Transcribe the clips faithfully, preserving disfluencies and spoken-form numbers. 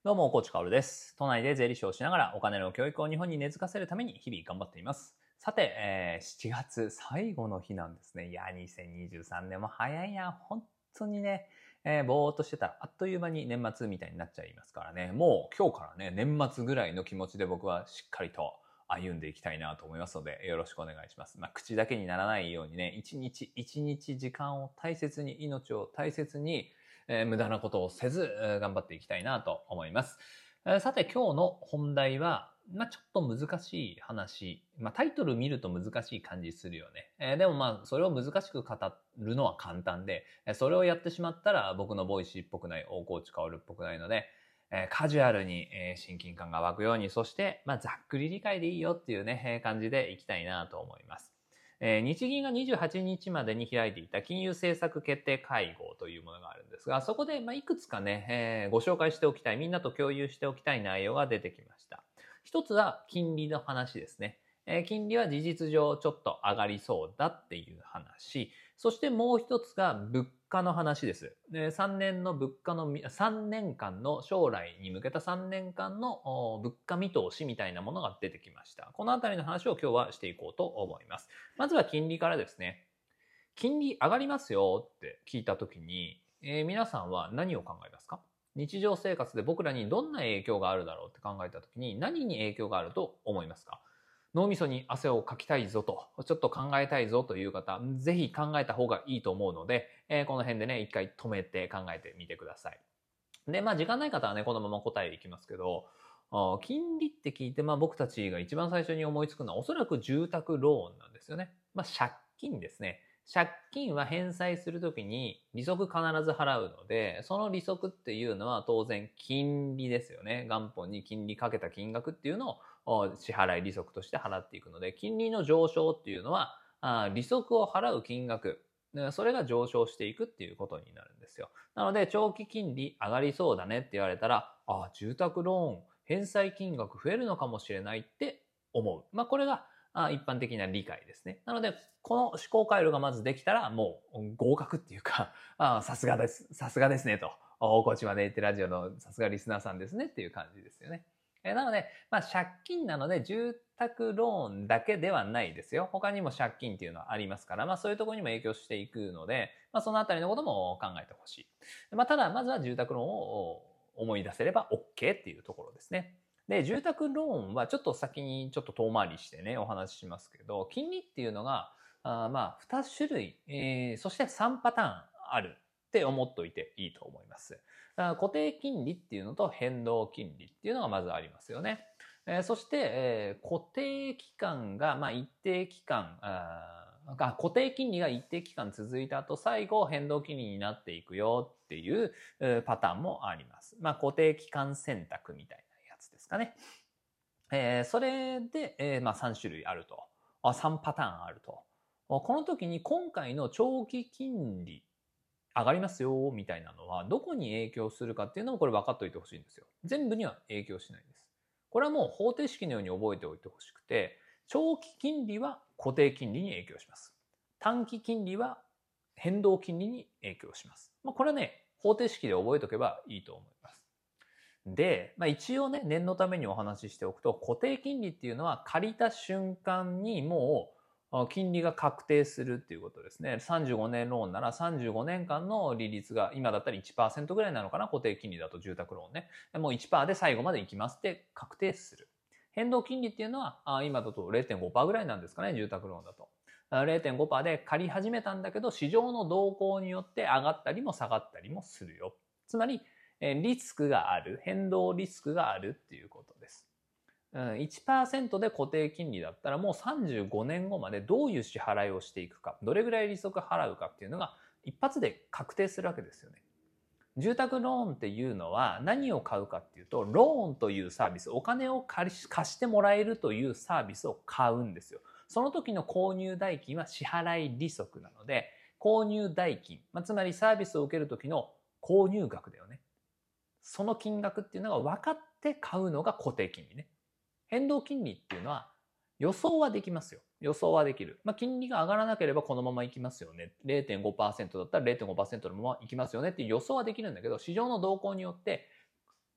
どうも、コーチカオルです。都内で税理士をしながらお金の教育を日本に根付かせるために日々頑張っています。さて、えー、しちがつ最後の日なんですね。いや、にせんにじゅうさんねんも早いな。本当にね、えー、ぼーっとしてたらあっという間に年末みたいになっちゃいますからね。もう今日からね、年末ぐらいの気持ちで僕はしっかりと歩んでいきたいなと思いますので、よろしくお願いします。まあ、口だけにならないようにね、一日一日時間を大切に、命を大切に、えー、無駄なことをせず、えー、頑張っていきたいなと思います。えー、さて今日の本題は、まあ、ちょっと難しい話。まあ、タイトル見ると難しい感じするよね。えー、でもまあ、それを難しく語るのは簡単で、それをやってしまったら僕のボイシーっぽくない、大河内薫っぽくないので、えー、カジュアルに、えー、親近感が湧くように、そして、まあ、ざっくり理解でいいよっていうね、えー、感じでいきたいなと思います。えー、日銀がにじゅうはちにちまでに開いていた金融政策決定会合というものがあるんですが、そこでまあいくつかね、えー、ご紹介しておきたい、みんなと共有しておきたい内容が出てきました。一つは金利の話ですね。えー、金利は事実上ちょっと上がりそうだっていう話。そしてもう一つが物価の話です。でさんねんの物価の、さんねんかんの将来に向けたさんねんかんの物価見通しみたいなものが出てきました。このあたりの話を今日はしていこうと思います。まずは金利からですね。金利上がりますよって聞いたときに、えー、皆さんは何を考えますか？日常生活で僕らにどんな影響があるだろうって考えたときに何に影響があると思いますか？脳みそに汗をかきたいぞと、ちょっと考えたいぞという方、ぜひ考えた方がいいと思うので、えー、この辺でね、一回止めて考えてみてください。で、まあ時間ない方はね、このまま答えいきますけど、金利って聞いて、まあ僕たちが一番最初に思いつくのはおそらく住宅ローンなんですよね。まあ借金ですね。借金は返済するときに利息必ず払うので、その利息っていうのは当然金利ですよね。元本に金利かけた金額っていうのを支払い利息として払っていくので、金利の上昇っていうのは、利息を払う金額、それが上昇していくっていうことになるんですよ。なので、長期金利上がりそうだねって言われたら、あ、住宅ローン返済金額増えるのかもしれないって思う。まあ、これが一般的な理解ですね。なので、この思考回路がまずできたら、もう合格っていうか、さすがです。さすがですねと。おこちまで言ってラジオのさすがリスナーさんですねっていう感じですよね。えなので、まあ、借金なので住宅ローンだけではないですよ。他にも借金っていうのはありますから、まあそういうところにも影響していくので、まあそのあたりのことも考えてほしい。まあただ、まずは住宅ローンを思い出せれば OK っていうところですね。で、住宅ローンはちょっと先にちょっと遠回りしてね、お話ししますけど、金利っていうのが、あまあに種類、えー、そしてさんパターンあるって思っといていいと思います。固定金利っていうのと変動金利っていうのがまずありますよね。えー、そして、えー、固定期間が、まあ、一定期間、あ固定金利が一定期間続いた後、最後変動金利になっていくよっていうパターンもあります。まあ、固定期間選択みたいなやつですかね。えー、それで、えー、まあさん種類あると。さんパターンあると。この時に今回の長期金利上がりますよみたいなのはどこに影響するかっていうのもこれ分かっておいてほしいんですよ。全部には影響しないです。これはもう方程式のように覚えておいてほしくて、長期金利は固定金利に影響します。短期金利は変動金利に影響します。まあ、これはね、方程式で覚えておけばいいと思います。で、まあ、一応ね、念のためにお話ししておくと、固定金利っていうのは借りた瞬間にもう金利が確定するっていうことですね。さんじゅうごねんローンならさんじゅうごねんかんの利率が今だったら いちパーセント ぐらいなのかな、固定金利だと住宅ローンね。もう いちパーセント で最後まで行きますって確定する。変動金利っていうのは今だと れいてんごパーセント ぐらいなんですかね、住宅ローンだと。れいてんごパーセント で借り始めたんだけど、市場の動向によって上がったりも下がったりもするよ。つまり、リスクがある、変動リスクがあるっていうことです。いちパーセント で固定金利だったらもうさんじゅうごねんごまでどういう支払いをしていくか、どれぐらい利息払うかっていうのが一発で確定するわけですよね。住宅ローンっていうのは何を買うかっていうと、ローンというサービス、お金を借り貸してもらえるというサービスを買うんですよ。その時の購入代金は支払い利息なので、購入代金、まあ、つまりサービスを受ける時の購入額だよね。その金額っていうのが分かって買うのが固定金利ね。変動金利っていうのは予想はできますよ。予想はできる。まあ、金利が上がらなければこのままいきますよね。れいてんごパーセント だったら れいてんごパーセント のままいきますよねっていう予想はできるんだけど、市場の動向によって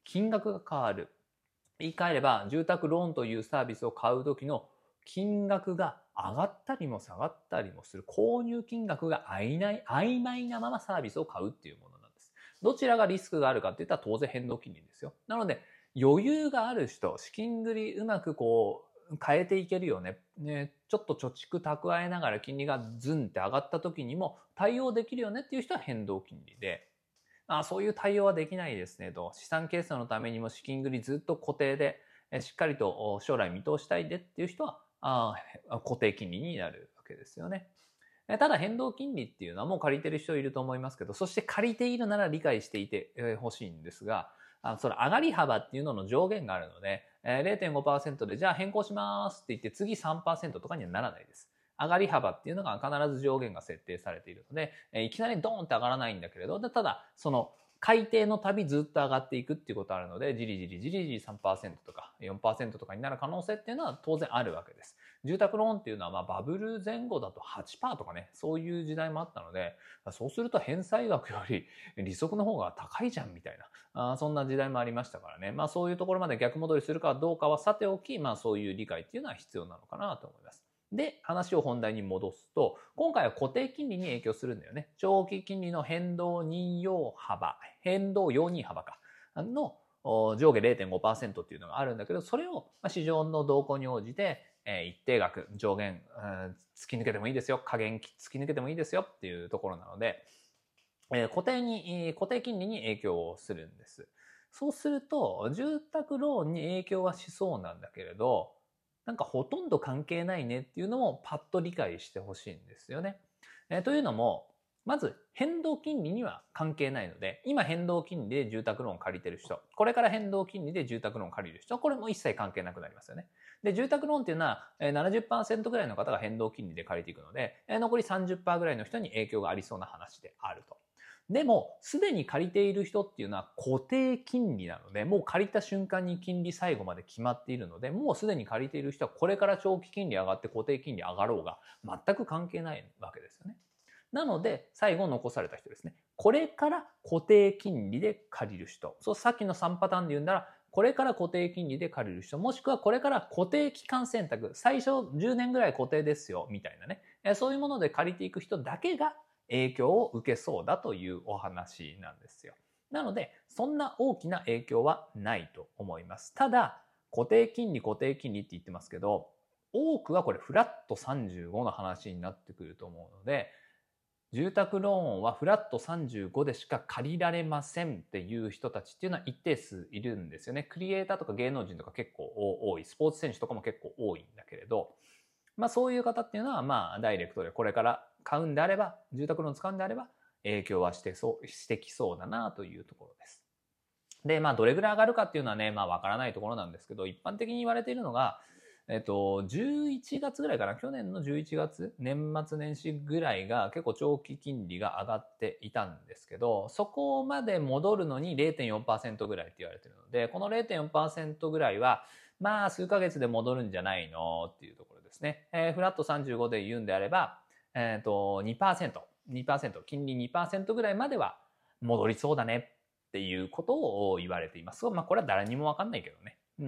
金額が変わる。言い換えれば、住宅ローンというサービスを買う時の金額が上がったりも下がったりもする。購入金額が曖昧曖昧なままサービスを買うっていうものなんです。どちらがリスクがあるかっていったら当然変動金利ですよ。なので、余裕がある人、資金繰りうまくこう変えていけるよね。ね、ちょっと貯蓄蓄えながら金利がズンって上がった時にも対応できるよねっていう人は変動金利で、あ、そういう対応はできないですねと、資産形成のためにも資金繰りずっと固定でしっかりと将来見通したいでっていう人はあ固定金利になるわけですよね。ただ変動金利っていうのはもう借りてる人いると思いますけど、そして借りているなら理解していてほしいんですが、あそれ上がり幅っていうのの上限があるので、れいてんごパーセント でじゃあ変更しますって言って次 さんパーセント とかにはならないです。上がり幅っていうのが必ず上限が設定されているので、いきなりドーンって上がらないんだけれど、ただその改定のたびずっと上がっていくっていうことがあるので、じりじりじりじり さんパーセント とか よんパーセント とかになる可能性っていうのは当然あるわけです。住宅ローンっていうのはまあバブル前後だと はちパーセント とかね、そういう時代もあったので、そうすると返済額より利息の方が高いじゃんみたいな、あそんな時代もありましたからね。まあそういうところまで逆戻りするかどうかはさておき、まあそういう理解っていうのは必要なのかなと思います。で、話を本題に戻すと、今回は固定金利に影響するんだよね。長期金利の変動任用幅、変動容認幅か、の上下 れいてんごパーセント っていうのがあるんだけど、それを市場の動向に応じて、一定額、上限、突き抜けてもいいですよ、下限突き抜けてもいいですよっていうところなので、固定に、固定金利に影響をするんです。そうすると、住宅ローンに影響はしそうなんだけれど、なんかほとんど関係ないねっていうのもパッと理解してほしいんですよね。えー、というのも、まず変動金利には関係ないので、今変動金利で住宅ローン借りてる人、これから変動金利で住宅ローン借りる人、これも一切関係なくなりますよね。で、住宅ローンっていうのは ななじゅっパーセント ぐらいの方が変動金利で借りていくので、残り さんじゅっパーセント ぐらいの人に影響がありそうな話であると。でも、すでに借りている人っていうのは固定金利なので、もう借りた瞬間に金利最後まで決まっているので、もうすでに借りている人はこれから長期金利上がって固定金利上がろうが全く関係ないわけですよね。なので、最後残された人ですね。これから固定金利で借りる人。そう、さっきのさんパターンで言うんなら、これから固定金利で借りる人、もしくはこれから固定期間選択、最初じゅうねんぐらい固定ですよ、みたいなね。そういうもので借りていく人だけが影響を受けそうだというお話なんですよ。なので、そんな大きな影響はないと思います。ただ、固定金利、固定金利って言ってますけど、多くはこれフラットさんじゅうごの話になってくると思うので、住宅ローンはフラットさんじゅうごでしか借りられませんっていう人たちっていうのは一定数いるんですよね。クリエイターとか芸能人とか結構多い。スポーツ選手とかも結構多いんだけれど、まあそういう方っていうのはまあダイレクトでこれから買うんであれば、住宅ローン使うんであれば影響はしてそう、してきそうだなというところです。で、まあどれぐらい上がるかっていうのはね、まあわからないところなんですけど、一般的に言われているのが、えっと、じゅういちがつぐらいかな、去年のじゅういちがつ、年末年始ぐらいが結構長期金利が上がっていたんですけど、そこまで戻るのに れいてんよんパーセント ぐらいって言われているので、この れいてんよんパーセント ぐらいは、まあ数ヶ月で戻るんじゃないのっていうところですね。えー、フラットさんじゅうごで言うんであれば、えっと、にパーセント、にパーセント、金利 にパーセント ぐらいまでは戻りそうだねっていうことを言われています。まあこれは誰にもわかんないけどね。うん、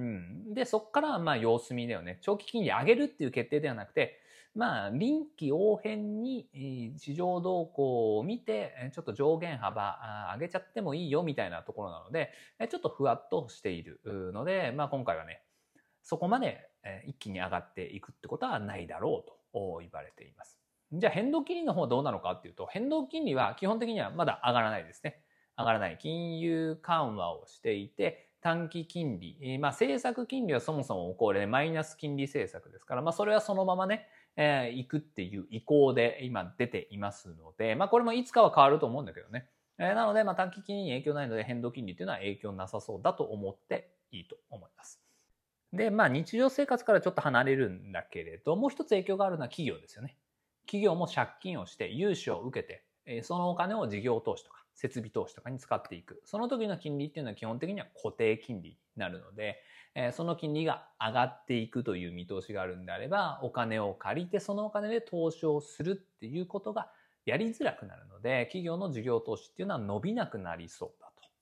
で、そこからまあ様子見だよね。長期金利上げるっていう決定ではなくて、まあ臨機応変に市場動向を見て、ちょっと上限幅上げちゃってもいいよみたいなところなので、ちょっとふわっとしているので、まあ今回はね、そこまで一気に上がっていくってことはないだろうと言われています。じゃあ変動金利の方はどうなのかっていうと、変動金利は基本的にはまだ上がらないですね。上がらない。金融緩和をしていて、短期金利、まあ政策金利はそもそもこれマイナス金利政策ですから、まあそれはそのままね、えー、行くっていう意向で今出ていますので、まあこれもいつかは変わると思うんだけどね。えー、なので、まあ短期金利に影響ないので変動金利っていうのは影響なさそうだと思っていいと思います。で、まあ日常生活からちょっと離れるんだけれど、もう一つ影響があるのは企業ですよね。企業も借金をして融資を受けて、そのお金を事業投資とか設備投資とかに使っていく。その時の金利っていうのは基本的には固定金利になるので、その金利が上がっていくという見通しがあるんであれば、お金を借りてそのお金で投資をするっていうことがやりづらくなるので、企業の事業投資っていうのは伸びなくなりそうだと。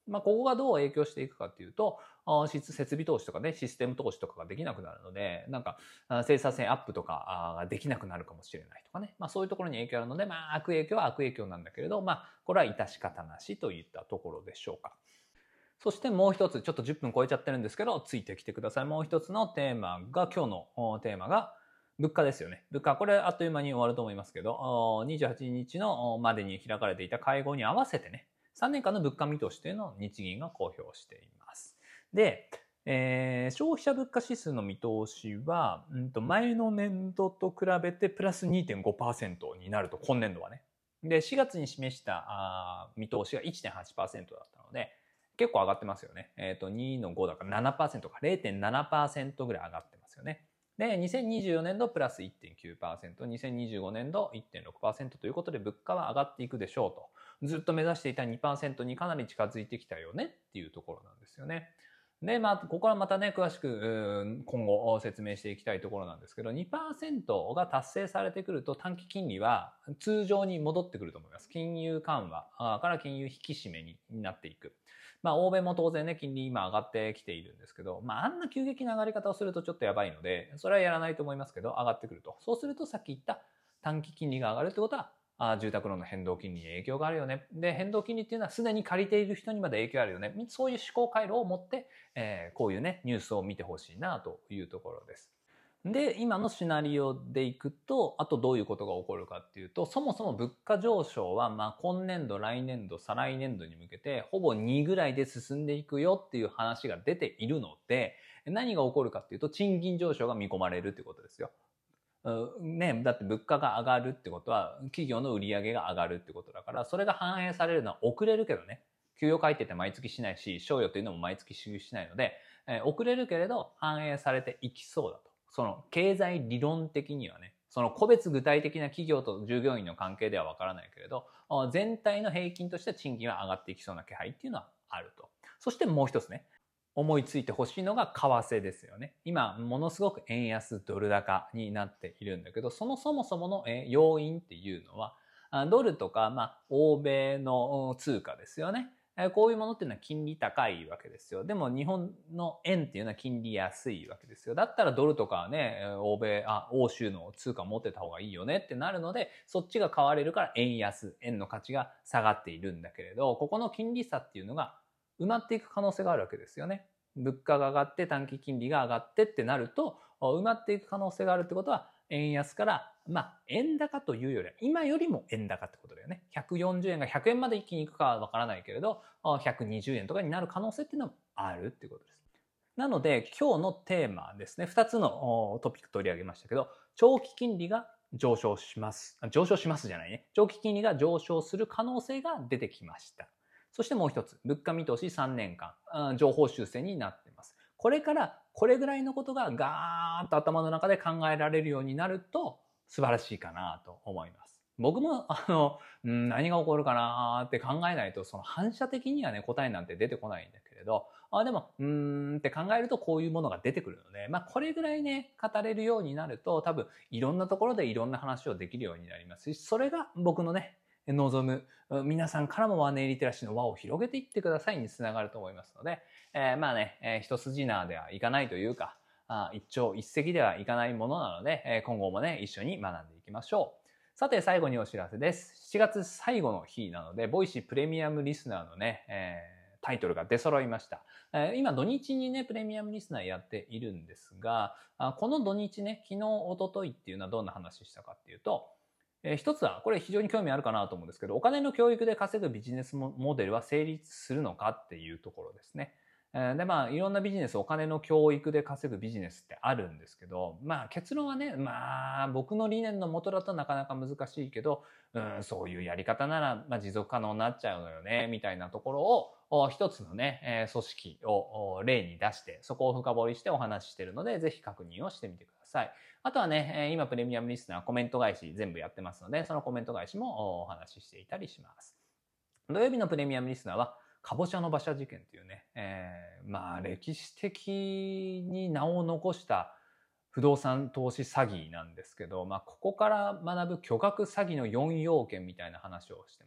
まあ、ここがどう影響していくかっていうと、設備投資とかね、システム投資とかができなくなるので、なんか、生産性アップとかができなくなるかもしれないとかね。まあ、そういうところに影響あるので、まあ、悪影響は悪影響なんだけれど、まあ、これは致し方なしといったところでしょうか。そしてもう一つ、ちょっとじゅっぷん超えちゃってるんですけど、ついてきてください。もう一つのテーマが、今日のテーマが、物価ですよね。物価、これあっという間に終わると思いますけど、にじゅうはちにちのまでに開かれていた会合に合わせてね、さんねんかんの物価見通しというのを日銀が公表しています。で、えー、消費者物価指数の見通しは、うんと前の年度と比べてプラス にてんごパーセント になると、今年度はね。で、しがつに示したあ見通しが いってんはちパーセント だったので、結構上がってますよね。えっと、にのごだから ななパーセント か れいてんななパーセント ぐらい上がってますよね。で、にせんにじゅうよねんどプラス いってんきゅうパーセント、にせんにじゅうごねんど いってんろくパーセント ということで物価は上がっていくでしょうと。ずっと目指していた にパーセント にかなり近づいてきたよねっていうところなんですよね。で、まあ、ここはまたね、詳しく今後説明していきたいところなんですけど、にパーセント が達成されてくると短期金利は通常に戻ってくると思います。金融緩和から金融引き締めになっていく。まあ、欧米も当然ね、金利今上がってきているんですけど、まあ、あんな急激な上がり方をするとちょっとやばいので、それはやらないと思いますけど、上がってくると。そうするとさっき言った短期金利が上がるってことは、あ住宅ローンの変動金利に影響があるよね。で、変動金利っていうのはすでに借りている人にまで影響あるよね。そういう思考回路を持って、えー、こういうね、ニュースを見てほしいなというところです。で、今のシナリオでいくと、あとどういうことが起こるかっていうと、そもそも物価上昇は、まあ今年度、来年度、再来年度に向けて、ほぼにぐらいで進んでいくよっていう話が出ているので、何が起こるかっていうと、賃金上昇が見込まれるってことですよ。ね、だって物価が上がるってことは、企業の売り上げが上がるってことだから、それが反映されるのは遅れるけどね。給与改定って毎月しないし、賞与っていうのも毎月支給しないので、えー、遅れるけれど反映されていきそうだと。その経済理論的にはね、その個別具体的な企業と従業員の関係ではわからないけれど、全体の平均として賃金は上がっていきそうな気配っていうのはあると。そしてもう一つね、思いついてほしいのが為替ですよね。今、ものすごく円安ドル高になっているんだけど、そのそもそもの要因っていうのは、ドルとか、まあ、欧米の通貨ですよね。こういうものっていうのは金利高いわけですよ。でも日本の円っていうのは金利安いわけですよ。だったらドルとかね、欧米、あ、欧州の通貨持ってた方がいいよねってなるので、そっちが買われるから円安、円の価値が下がっているんだけれど、ここの金利差っていうのが埋まっていく可能性があるわけですよね。物価が上がって短期金利が上がってってなると、埋まっていく可能性があるってことは、円安から、まあ、円高というよりは、今よりも円高ってことだよね。ひゃくよんじゅうえんがひゃくえんまで一気に行くかはわからないけれど、ひゃくにじゅうえんとかになる可能性っていうのはあるっていうことです。なので、今日のテーマですね。ふたつのトピック取り上げましたけど、長期金利が上昇します。上昇しますじゃないね。長期金利が上昇する可能性が出てきました。そしてもう一つ、物価見通しさんねんかん、情報修正になっています。これからこれぐらいのことがガーッと頭の中で考えられるようになると素晴らしいかなと思います。僕もあの、うん、何が起こるかなって考えないと、その反射的にはね、答えなんて出てこないんだけれど、あでも、うーんって考えるとこういうものが出てくるので、まあこれぐらいね、語れるようになると、多分いろんなところでいろんな話をできるようになりますし、それが僕のね、望む皆さんからもマネーリテラシーの輪を広げていってくださいにつながると思いますので、えー、まあね、えー、一筋縄ではいかないというか、あ一朝一夕ではいかないものなので、えー、今後もね、一緒に学んでいきましょう。さて、最後にお知らせです。しちがつ最後の日なので、ボイシープレミアムリスナーのね、えー、タイトルが出揃いました。えー、今土日にね、プレミアムリスナーやっているんですが、あこの土日ね、昨日、一昨日っていうのはどんな話したかっていうと、えー、一つは、これ非常に興味あるかなと思うんですけど、お金の教育で稼ぐビジネスモデルは成立するのかっていうところですね。で、まあ、いろんなビジネス、お金の教育で稼ぐビジネスってあるんですけど、まあ、結論はね、まあ、僕の理念のもとだとなかなか難しいけど、うん、そういうやり方なら、まあ、持続可能になっちゃうのよね、みたいなところを、一つのね、組織を例に出して、そこを深掘りしてお話ししているので、ぜひ確認をしてみてください。あとはね、今プレミアムリスナーコメント返し全部やってますので、そのコメント返しもお話ししていたりします。土曜日のプレミアムリスナーは、かぼちゃの馬車事件っていうね、えー、まあ歴史的に名を残した不動産投資詐欺なんですけど、まあここから学ぶ巨額詐欺のよん要件みたいな話をしてます。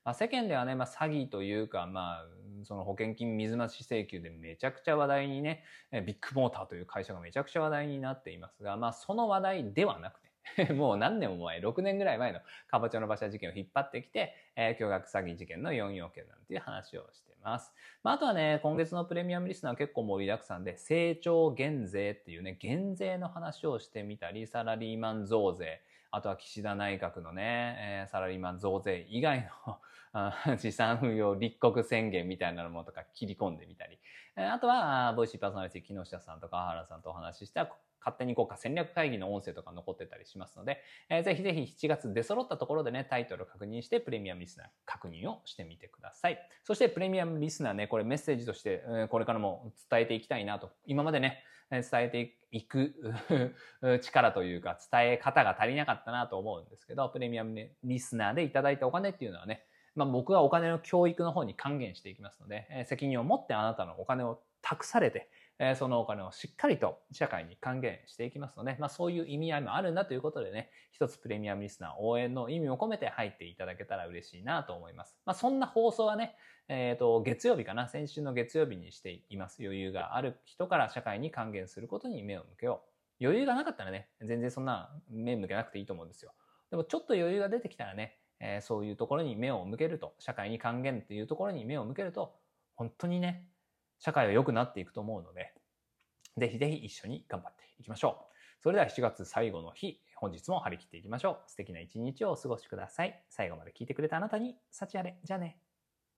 まあ、世間ではね、まあ、詐欺というか、まあ、その保険金水増し請求でめちゃくちゃ話題にね、ビッグモーターという会社がめちゃくちゃ話題になっていますが、まあ、その話題ではなくて、もう何年も前、ろくねんぐらい前のかぼちゃの馬車事件を引っ張ってきて、えー、巨額詐欺事件のよんよんけんなんていう話をしてます。まあ、あとはね、今月のプレミアムリスナー結構盛りだくさんで、成長減税っていうね、減税の話をしてみたり、サラリーマン増税、あとは岸田内閣のね、えー、サラリーマン増税以外の資産運用立国宣言みたいなものとか切り込んでみたり、あとはボイシーパーソナリティ木下さんとか原さんとお話しした勝手に国家戦略会議の音声とか残ってたりしますので、えー、ぜひぜひしちがつ出揃ったところでね、タイトルを確認してプレミアムリスナー確認をしてみてください。そしてプレミアムリスナーね、これメッセージとして、えー、これからも伝えていきたいなと、今までね、伝えていく力というか伝え方が足りなかったなと思うんですけど、プレミアムリスナーでいただいたお金っていうのはね、まあ、僕はお金の教育の方に還元していきますので、えー、責任を持ってあなたのお金を託されて、えー、そのお金をしっかりと社会に還元していきますので、まあ、そういう意味合いもあるんだということでね、一つプレミアムリスナー応援の意味を込めて入っていただけたら嬉しいなと思います。まあ、そんな放送はね、えっと、月曜日かな、先週の月曜日にしています。余裕がある人から社会に還元することに目を向けよう。余裕がなかったらね、全然そんな目向けなくていいと思うんですよ。でもちょっと余裕が出てきたらね、えー、そういうところに目を向けると、社会に還元っていうところに目を向けると、本当にね、社会は良くなっていくと思うので、ぜひぜひ一緒に頑張っていきましょう。それではしちがつ最後の日、本日も張り切っていきましょう。素敵な一日をお過ごしください。最後まで聞いてくれたあなたに幸あれ。じゃあね。